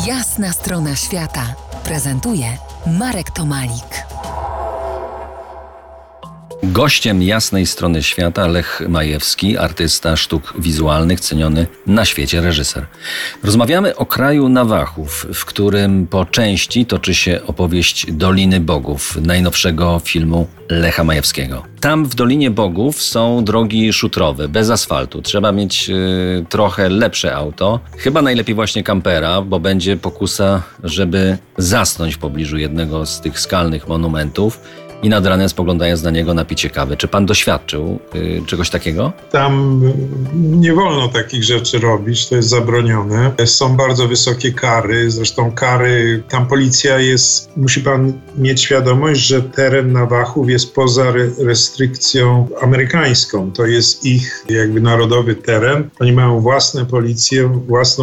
Jasna strona świata prezentuje Marek Tomalik. Gościem jasnej strony świata Lech Majewski, artysta sztuk wizualnych, ceniony na świecie reżyser. Rozmawiamy o kraju Nawachów, w którym po części toczy się opowieść Doliny Bogów, najnowszego filmu Lecha Majewskiego. Tam w Dolinie Bogów są drogi szutrowe, bez asfaltu. Trzeba mieć trochę lepsze auto, chyba najlepiej właśnie kampera, bo będzie pokusa, żeby zasnąć w pobliżu jednego z tych skalnych monumentów i nad ranem spoglądając na niego napicie kawy. Czy pan doświadczył czegoś takiego? Tam nie wolno takich rzeczy robić, to jest zabronione. Są bardzo wysokie kary, zresztą kary, tam policja jest, musi pan mieć świadomość, że teren Nawachów jest poza restrykcją amerykańską. To jest ich jakby narodowy teren. Oni mają własne policje,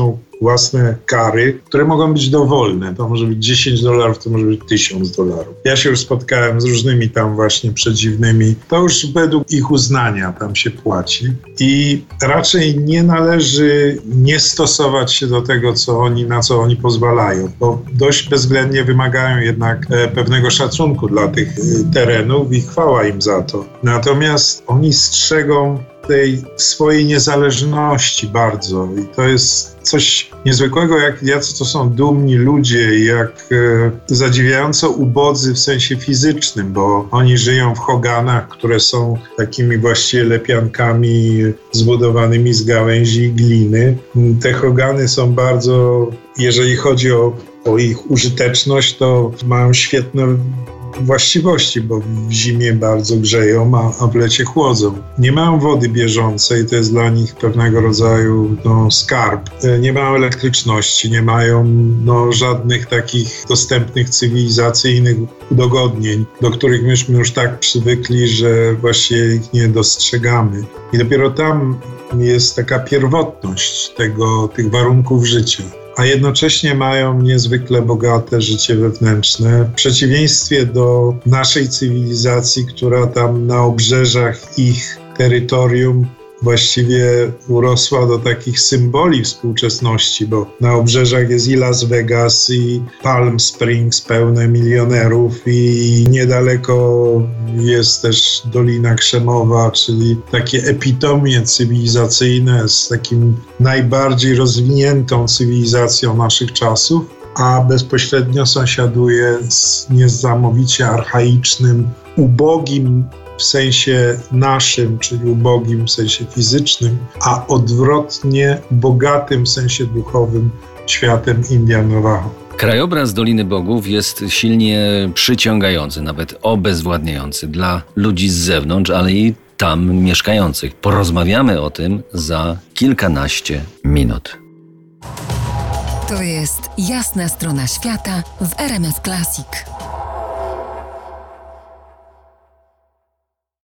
własne kary, które mogą być dowolne. To może być $10, to może być $1000. Ja się już spotkałem z różnymi tam właśnie przedziwnymi. To już według ich uznania tam się płaci. I raczej nie należy nie stosować się do tego, na co oni pozwalają, bo dość bezwzględnie wymagają jednak pewnego szacunku dla tych terenów i chwała im za to. Natomiast oni strzegą tej swojej niezależności bardzo i to jest coś niezwykłego, jacy to są dumni ludzie, jak zadziwiająco ubodzy w sensie fizycznym, bo oni żyją w hoganach, które są takimi właściwie lepiankami zbudowanymi z gałęzi i gliny. Te hogany są bardzo, jeżeli chodzi o ich użyteczność, to mają świetne właściwości, bo w zimie bardzo grzeją, a w lecie chłodzą. Nie mają wody bieżącej, to jest dla nich pewnego rodzaju skarb. Nie mają elektryczności, nie mają żadnych takich dostępnych cywilizacyjnych udogodnień, do których myśmy już tak przywykli, że właściwie ich nie dostrzegamy. I dopiero tam jest taka pierwotność tych warunków życia. A jednocześnie mają niezwykle bogate życie wewnętrzne, w przeciwieństwie do naszej cywilizacji, która tam na obrzeżach ich terytorium właściwie urosła do takich symboli współczesności, bo na obrzeżach jest i Las Vegas, i Palm Springs pełne milionerów, i niedaleko jest też Dolina Krzemowa, czyli takie epitomie cywilizacyjne z takim najbardziej rozwiniętą cywilizacją naszych czasów, a bezpośrednio sąsiaduje z niesamowicie archaicznym, ubogim w sensie naszym, czyli ubogim w sensie fizycznym, a odwrotnie bogatym w sensie duchowym światem Indian Navajo. Krajobraz Doliny Bogów jest silnie przyciągający, nawet obezwładniający dla ludzi z zewnątrz, ale i tam mieszkających. Porozmawiamy o tym za kilkanaście minut. To jest Jasna strona świata w RMF Classic.